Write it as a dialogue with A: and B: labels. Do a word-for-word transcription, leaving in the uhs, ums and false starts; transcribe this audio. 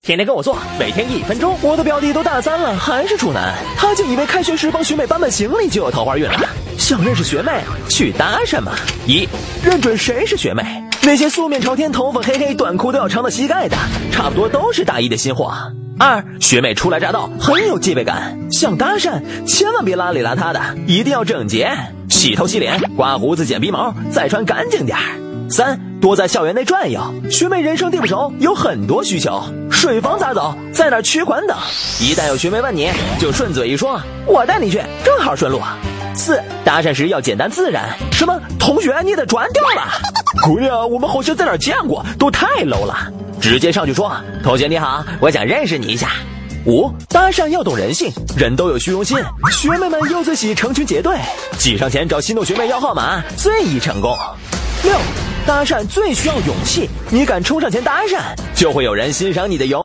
A: 天天跟我做，每天一分钟。我的表弟都大三了，还是处男，他竟以为开学时帮学妹搬搬行李就有桃花运了。想认识学妹，去搭讪嘛。一，认准谁是学妹。那些素面朝天、头发黑黑、短裤都要长到膝盖的，差不多都是大一的新货。二，学妹初来乍到，很有戒备感，想搭讪千万别邋里邋遢的，一定要整洁，洗头洗脸，刮胡子剪鼻毛，再穿干净点儿。三，多在校园内转悠，学妹人生地不熟，有很多需求，水房咋走，在哪儿取款等，一旦有学妹问你，就顺嘴一说，我带你去，正好顺路。四，搭讪时要简单自然，什么同学你得转掉了，姑娘我们好像在哪儿见过，都太 low 了，直接上去说，同学你好，我想认识你一下。五，搭讪要懂人性，人都有虚荣心，学妹们又最喜成群结队，挤上前找心动学妹要号码，最易成功。六，搭讪最需要勇气，你敢冲上前搭讪，就会有人欣赏你的勇